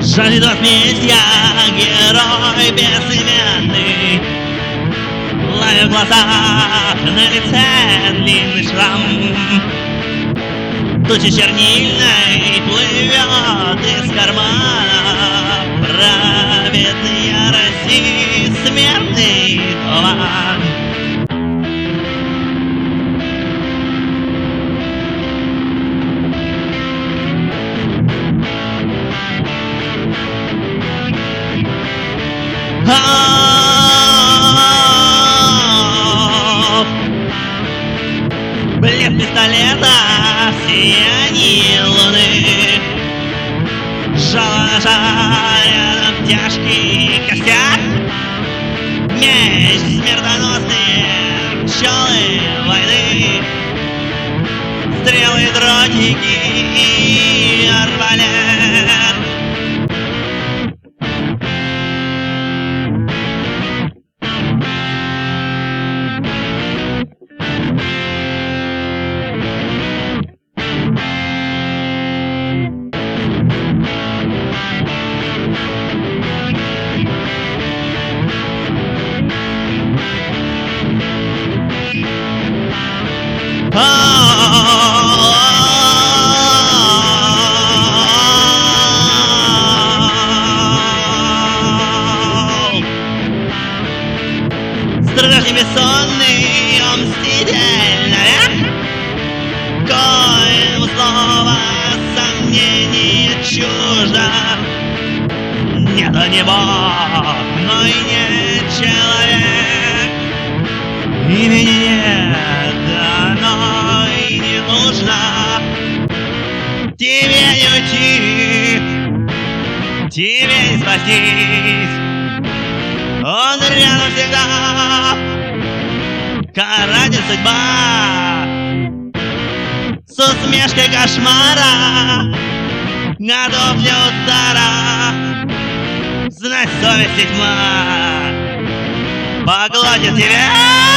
Жаждет возмездия герой безымянный. Ловя в глазах, на лице длинный шрам. Туча чернильной плывет из кармана. Праведный ярости смертный туман. Блеск пистолета в сиянии луны. Жало рядом тяжкий костяк. Меч смертоносные пчелы войны. Стрелы, дротики и арбалет. Страшный, бессонный, он мстительный, коему слово сомнение чуждо. Нет, он не Бог, но и не человек. Имени нет, оно и не нужно. Тебе не уйти, тебе не спастись. Он рядом всегда, каратель судьба. С усмешкой кошмара, готов для удара. Знать совесть и тьма поглотит тебя.